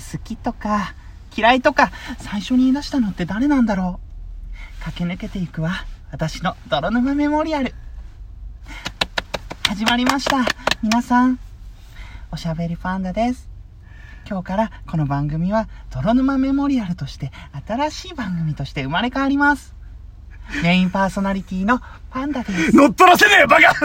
好きとか嫌いとか最初に言い出したのって誰なんだろう。駆け抜けていくわ、私の泥沼メモリアル。始まりました。皆さん、おしゃべりパンダです。今日からこの番組は泥沼メモリアルとして新しい番組として生まれ変わります。メインパーソナリティのパンダです。 乗っ取らせねえよバカ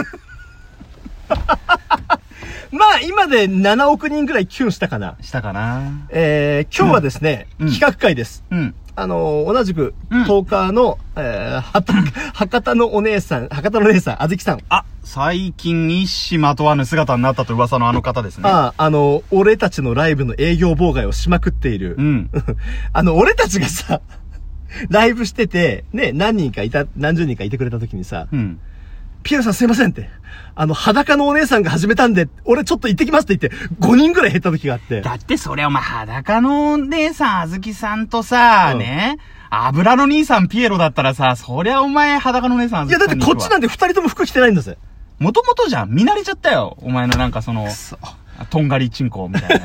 まあ今で7億人ぐらいキュンしたかな。 したかな。 今日はですね、企画会です。同じく、トーカーの、博多のお姉さん、あずきさん。 あ、最近一糸まとわぬ姿になったと噂のあの方ですね。 俺たちのライブの営業妨害をしまくっている。俺たちがさ、ライブしてて、ね、何十人かいてくれた時にさ、ピエロさんすいませんって。裸のお姉さんが始めたんで、俺ちょっと行ってきますって言って、5人ぐらい減った時があって。 だってそれお前裸のお姉さん、あずきさんとさ、ね、油の兄さんピエロだったらさ、そりゃお前裸のお姉さん、あずきさん。 いやだってこっちなんて2人とも服着てないんだぜ。 もともとじゃん、見慣れちゃったよ。お前のなんかその、とんがりチンコみたいなや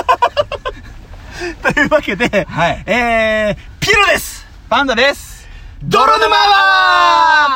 つ。というわけで、 はい。 ピエロです。 パンダです。 泥沼は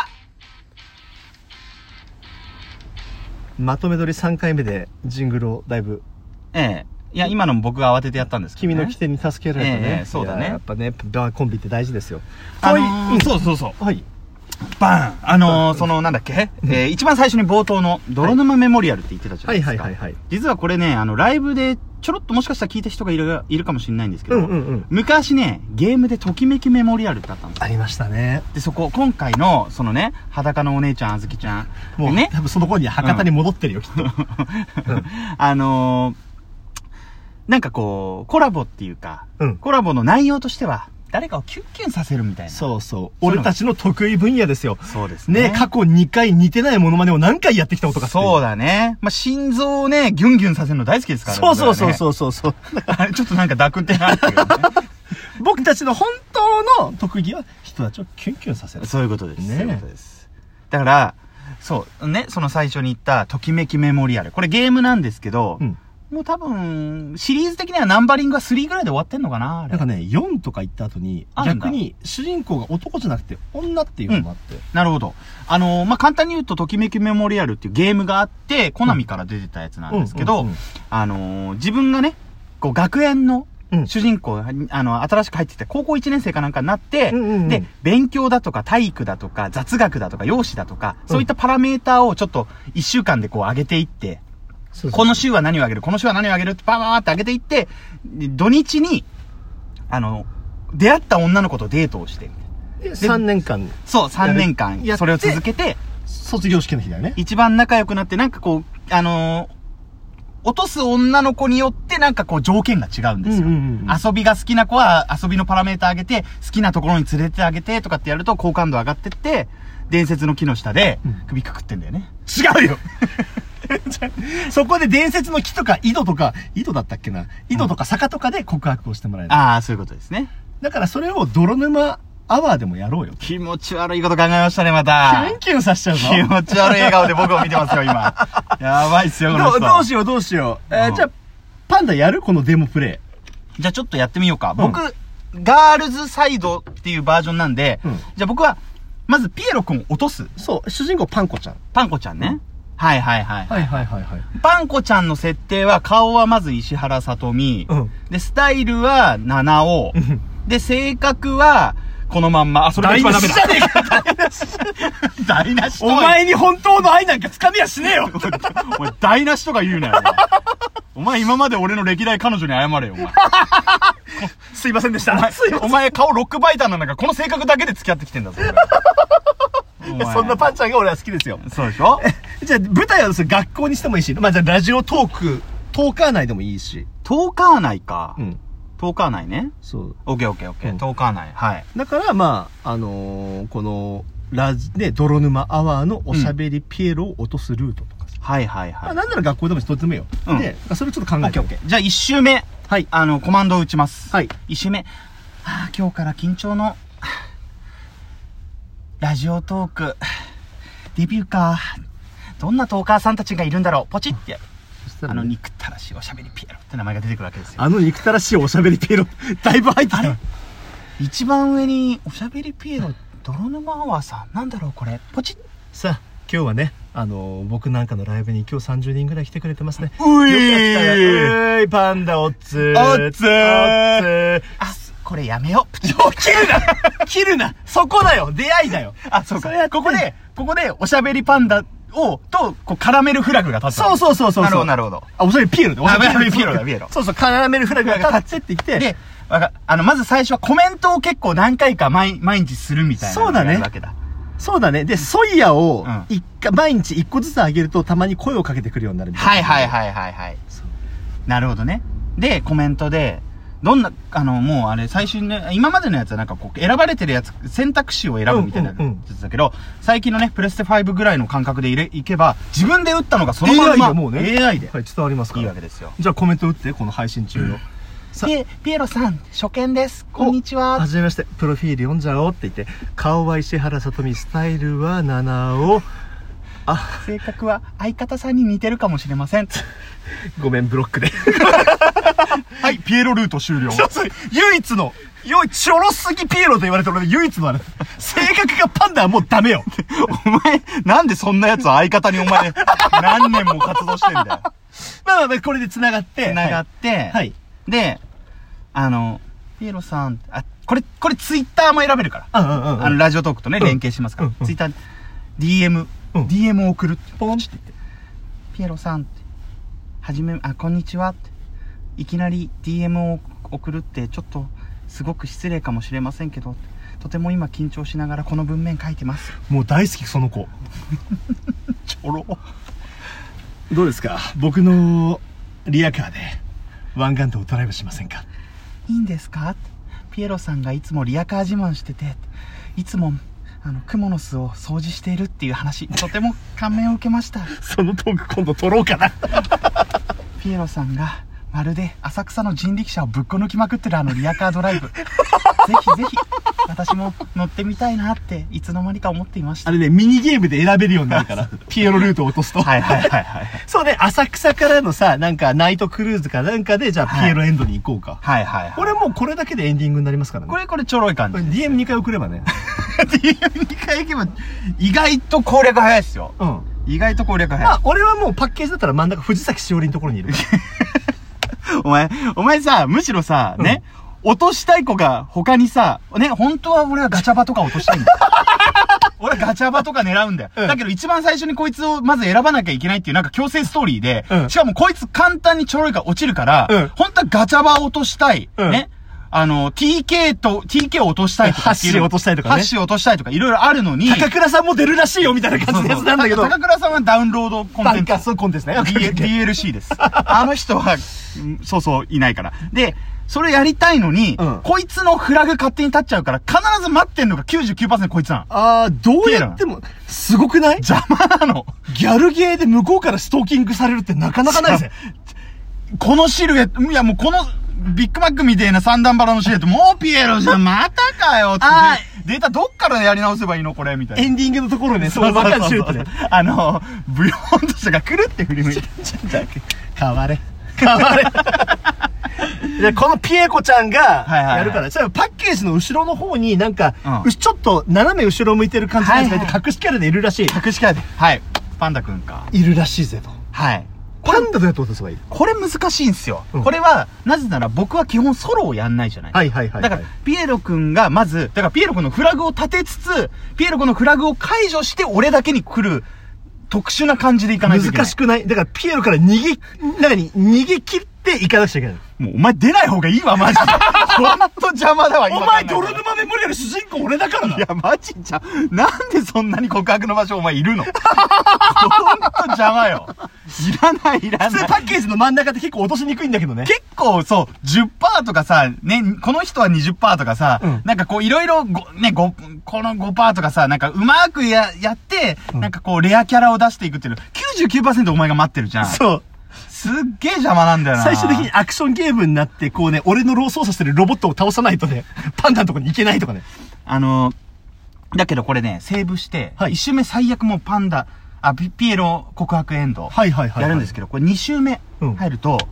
まとめ撮り3回目でジングルをだいぶ。 いや、今のも僕が慌ててやったんですけど、ね。 君の起点に助けられたね。 そうだね。 やっぱね、コンビって大事ですよ。 そうそうそう。 はい。 バーンその、なんだっけ一番最初に冒頭の、泥沼メモリアルって言ってたじゃないですか。はい。実はこれね、ライブで、ちょろっともしかしたら聞いた人がいるかもしれないんですけど、昔ね、ゲームでときめきメモリアルってあったんですよ。 ありましたね。 で、今回の、そのね、裸のお姉ちゃん、あずきちゃん。 もうね、多分その頃に博多に戻ってるよ、きっと。 なんかこう、コラボっていうか、コラボの内容としては、誰かをキュンキュンさせるみたいな。 そうそう。俺たちの得意分野ですよ。 そうですね。 ね、過去2回似てないモノマネを何回やってきたことかって。 そうだね。まあ、心臓をね、ギュンギュンさせるの大好きですからね。 そう。 あれ、ちょっとなんか濁点あるけどね。 僕たちの本当の特技は人たちをキュンキュンさせる。 そういうことです。そういうことです。だから、そうね、その最初に言ったときめきメモリアル。これゲームなんですけど、もう多分、シリーズ的にはナンバリングが3ぐらいで終わってんのかな。 なんかね、4とか言った後に、逆に主人公が男じゃなくて女っていうのもあって。 なるほど。まあ、簡単に言うと、ときめきメモリアルっていうゲームがあって、コナミから出てたやつなんですけど、自分がね、こう、学園の主人公が、新しく入ってきて、高校1年生かなんかになって、で、勉強だとか体育だとか雑学だとか容姿だとか、そういったパラメーターをちょっと1週間でこう上げていって、この週は何をあげる、この週は何をあげるってパーって上げていって、土日に、出会った女の子とデートをして、 3年間。 そう、3年間、それを続けて、 卒業式の日だよね。 一番仲良くなって、なんかこう、落とす女の子によってなんかこう条件が違うんですよ。遊びが好きな子は遊びのパラメータ上げて、好きなところに連れてあげてとかってやると好感度上がってって、伝説の木の下で首くくってんだよね。 違うよそこで伝説の木とか井戸とか、井戸だったっけな、井戸とか坂とかで告白をしてもらえる。 ああ、そういうことですね。 だからそれを泥沼アワーでもやろうよ。 気持ち悪いこと考えましたね、また。 キュンキュンさせちゃうぞ。 気持ち悪い笑顔で僕を見てますよ、今。やばいっすよ、この人。 どうしよう。じゃあ、パンダやるこのデモプレイ。 じゃあちょっとやってみようか。僕、ガールズサイドっていうバージョンなんで、じゃあ僕は、まずピエロ君を落とす。 そう、主人公パンコちゃん。 パンコちゃんね。はい。 はい。 パンコちゃんの設定は、顔はまず石原さとみ。で、スタイルは七尾。で、性格は、このまんま。あ、それが一番ダメだ。 台無しじゃねえか。 台無し。 お前に本当の愛なんか掴みやしねえよ。 お前、台無しとか言うなよ。お前今まで俺の歴代彼女に謝れよ、お前。 すいませんでした。 お前顔ロックバイターなんだから、この性格だけで付き合ってきてんだぞ、 そんなパンちゃんが俺は好きですよ。 そうでしょ。 じゃあ舞台は学校にしてもいいし、まあじゃあラジオトーカー内でもいいし。 トーカー内か。トーカー内ね。 そう。 オッケー。トーカー内。はい。 だからまあ、この、泥沼アワーのおしゃべりピエロを落とすルートとかさ。 はい。 まあなんなら学校でも一つ目よ。で、それちょっと考えて。 じゃあ1周目。はい。コマンドを打ちます。 はい。 1周目。今日から緊張の、ラジオトーク、デビューか。どんなトーカーさんたちがいるんだろう。ポチってやる。 したら、ね、 憎たらしいおしゃべりピエロって名前が出てくるわけですよ。 憎たらしいおしゃべりピエロ、だいぶ入ってた。 一番上に、おしゃべりピエロ、泥沼アワーさん。なんだろうこれ。ポチッ。 さあ、今日はね、僕なんかのライブに今日30人ぐらい来てくれてますね。 よかったら、パンダおっつー。 おっつー。あ、これやめよう。 切るな切るなそこだよ出会いだよ。 あ、そうか。ここで、おしゃべりパンダこう、カラメルフラグが立つ。 そう。 なるほど。 あ、おしゃべりピエロで。 おしゃべりピエロだ、ピエロ。 そう、カラメルフラグが立ってって言って。 で、まず最初はコメントを結構何回か毎日するみたいな。 そうだね。そうだね。で、ソイヤを、毎日1個ずつあげると、たまに声をかけてくるようになるみたいな。 はい。なるほどね。で、コメントで、どんな、もうあれ、最初にね、今までのやつはなんかこう、選ばれてるやつ、選択肢を選ぶみたいなやつだけど、最近のね、プレステ5ぐらいの感覚でいけば、自分で打ったのがそのまま、 もうね、 AI で。 はい、伝わりますから。 いいわけですよ。 じゃあコメント打って、この配信中の。 ピエロさん、初見です。こんにちは。 はじめまして。プロフィール読んじゃおうって言って、顔は石原さとみ、スタイルは七尾。 性格は相方さんに似てるかもしれません。 ごめん、ブロックで。 はい、ピエロルート終了。 唯一、ちょろすぎピエロと言われてる唯一の性格がパンダはもうダメよ。 お前、なんでそんなやつを相方にお前、何年も活動してんだよ。 まあ、これで繋がって。 はい。で、ピエロさん、これツイッターも選べるから。ラジオトークとね、連携しますから。ツイッター、DM を送るって、ポンって言って。ピエロさんって、こんにちはって。いきなり DM を送るって、ちょっと、すごく失礼かもしれませんけど、とても今緊張しながらこの文面書いてます。 もう大好き、その子。 ちょろ。 どうですか？僕のリアカーで湾岸道をドライブしませんか？ いいんですか？ピエロさんがいつもリアカー自慢してて、いつもクモの巣を掃除しているっていう話、とても感銘を受けました。 そのトーク今度撮ろうかな。 ピエロさんがまるで浅草の人力車をぶっこ抜きまくってるリアカードライブ。ぜひ私も乗ってみたいなっていつの間にか思っていました。 あれね、ミニゲームで選べるようになるから。ピエロルートを落とすと。 はい。 そうね、浅草からのさ、なんかナイトクルーズかなんかで、じゃあピエロエンドに行こうか。 はい。 これもうこれだけでエンディングになりますからね。 これちょろい感じ。 DM2 回送ればね。 DM2 回行けば、意外と攻略早いですよ。意外と攻略早い。 まあ、俺はもうパッケージだったら真ん中藤崎しおりのところにいる。 お前さ、むしろさ、ね、落としたい子が他にさ、ね、本当は俺はガチャバとか落としたいんだよ。俺はガチャバとか狙うんだよ。だけど一番最初にこいつをまず選ばなきゃいけないっていうなんか強制ストーリーで、しかもこいつ簡単にちょろいから落ちるから、本当はガチャバを落としたい。ね。TK を落としたいとか。 ハッシー落としたいとかね。 ハッシー落としたいとかいろいろあるのに。 高倉さんも出るらしいよみたいな感じのやつなんだけど。 高倉さんはダウンロードコンテンツ。 バンカスコンテンツね。 DLC です。あの人は、そういないから。で、それやりたいのに、こいつのフラグ勝手に立っちゃうから、必ず待ってんのが 99% こいつなの。 どうやっても、すごくない？ 邪魔なの。 ギャルゲーで向こうからストーキングされるってなかなかないぜ。 このシルエット、いやもうこの、ビッグマックみたいな三段バラのシルエット、もうピエロじゃん、またかよって。データどっからやり直せばいいのこれみたいな。 エンディングのところね、 そう。ブヨーンとしたがくるって振り向いて。 変われ。で、このピエコちゃんが、やるから、パッケージの後ろの方になんか、ちょっと斜め後ろ向いてる感じのやつがいて、隠しキャラでいるらしい。 隠しキャラで。はい。パンダくんか。 いるらしいぜと。 はい。 パンダどうやって落とせばいい？ これ難しいんですよ。これは、なぜなら僕は基本ソロをやんないじゃない。 だから、ピエロくんがまず、だからピエロくんのフラグを立てつつ、ピエロくんのフラグを解除して俺だけに来る特殊な感じでいかないといけない。 難しくない？だからピエロから逃げ切っていかなくちゃいけない。 もうお前出ない方がいいわ、マジで。ほんと邪魔だわ、今。 お前、泥沼メモリアル主人公俺だからな。 いや、マジじゃ、なんでそんなに告白の場所お前いるの？ほんと邪魔よ。いらない。 普通パッケージの真ん中って結構落としにくいんだけどね。 結構そう、10% とかさ、ね、この人は 20% とかさ、なんかこういろいろ、この 5% とかさ、なんかうまくやって、なんかこうレアキャラを出していくっていうの、99% お前が待ってるじゃん。 そう。 すっげえ邪魔なんだよな。 最終的にアクションゲームになって、こうね、俺の操作してるロボットを倒さないとね、パンダのとこに行けないとかね。 だけどこれね、セーブして、1周目最悪もうピエロ告白エンド。やるんですけど、これ2周目。 入ると、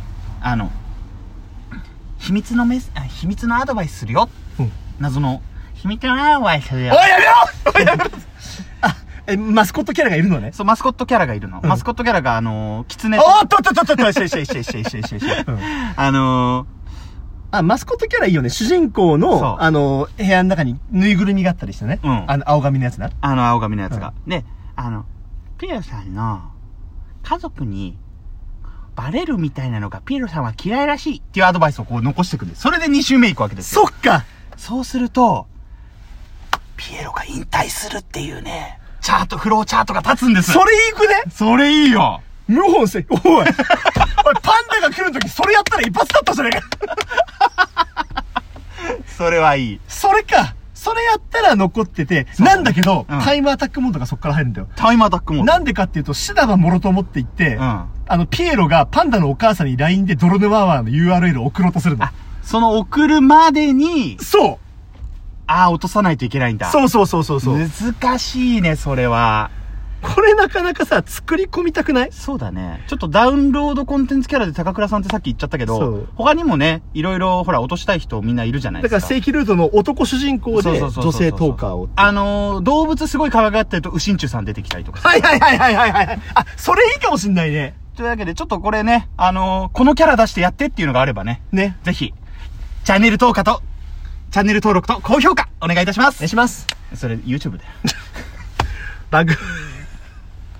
秘密のアドバイスするよ。謎の、秘密のアドバイスするよ。 おい、やめろやめろマスコットキャラがいるのね。 そう、マスコットキャラがいるの。マスコットキャラが、キツネ。 おーっとっとっとっとっと、しマスコットキャラいいよね。主人公の、部屋の中にぬいぐるみがあったりしてね。青髪のやつな。 青髪のやつが。で、ピエロさんの家族にバレるみたいなのがピエロさんは嫌いらしいっていうアドバイスをこう残していくんです。それで2周目行くわけですよ。そっか。 そうすると、ピエロが引退するっていうね、フローチャートが立つんです。 それいくね。 それいいよ。 謀反せ、おい。おい、パンダが来るときそれやったら一発だったじゃねえか。 それはいい。 それか。それやったら残ってて、なんだけど、タイムアタックモードがそっから入るんだよ。 タイムアタックモードなんでかっていうと、シダバもろと思って言って、ピエロがパンダのお母さんに LINE でドロヌワワーの URL を送ろうとするの。 その送るまでに、 そう落とさないといけないんだ。 そう。 難しいね、それは。 これなかなかさ、作り込みたくない？ そうだね。ちょっとダウンロードコンテンツキャラで高倉さんってさっき言っちゃったけど、他にもね、いろいろほら落としたい人みんないるじゃないですか。 だから正規ルートの男主人公で女性トーカーを。 動物すごい可愛がってると、ウシンチュさん出てきたりとか。 はい。それいいかもしんないね。 というわけで、ちょっとこれね、このキャラ出してやってっていうのがあればね。ぜひ、チャンネル登録と高評価お願いいたします。 お願いします。 それ YouTube だよ。 番組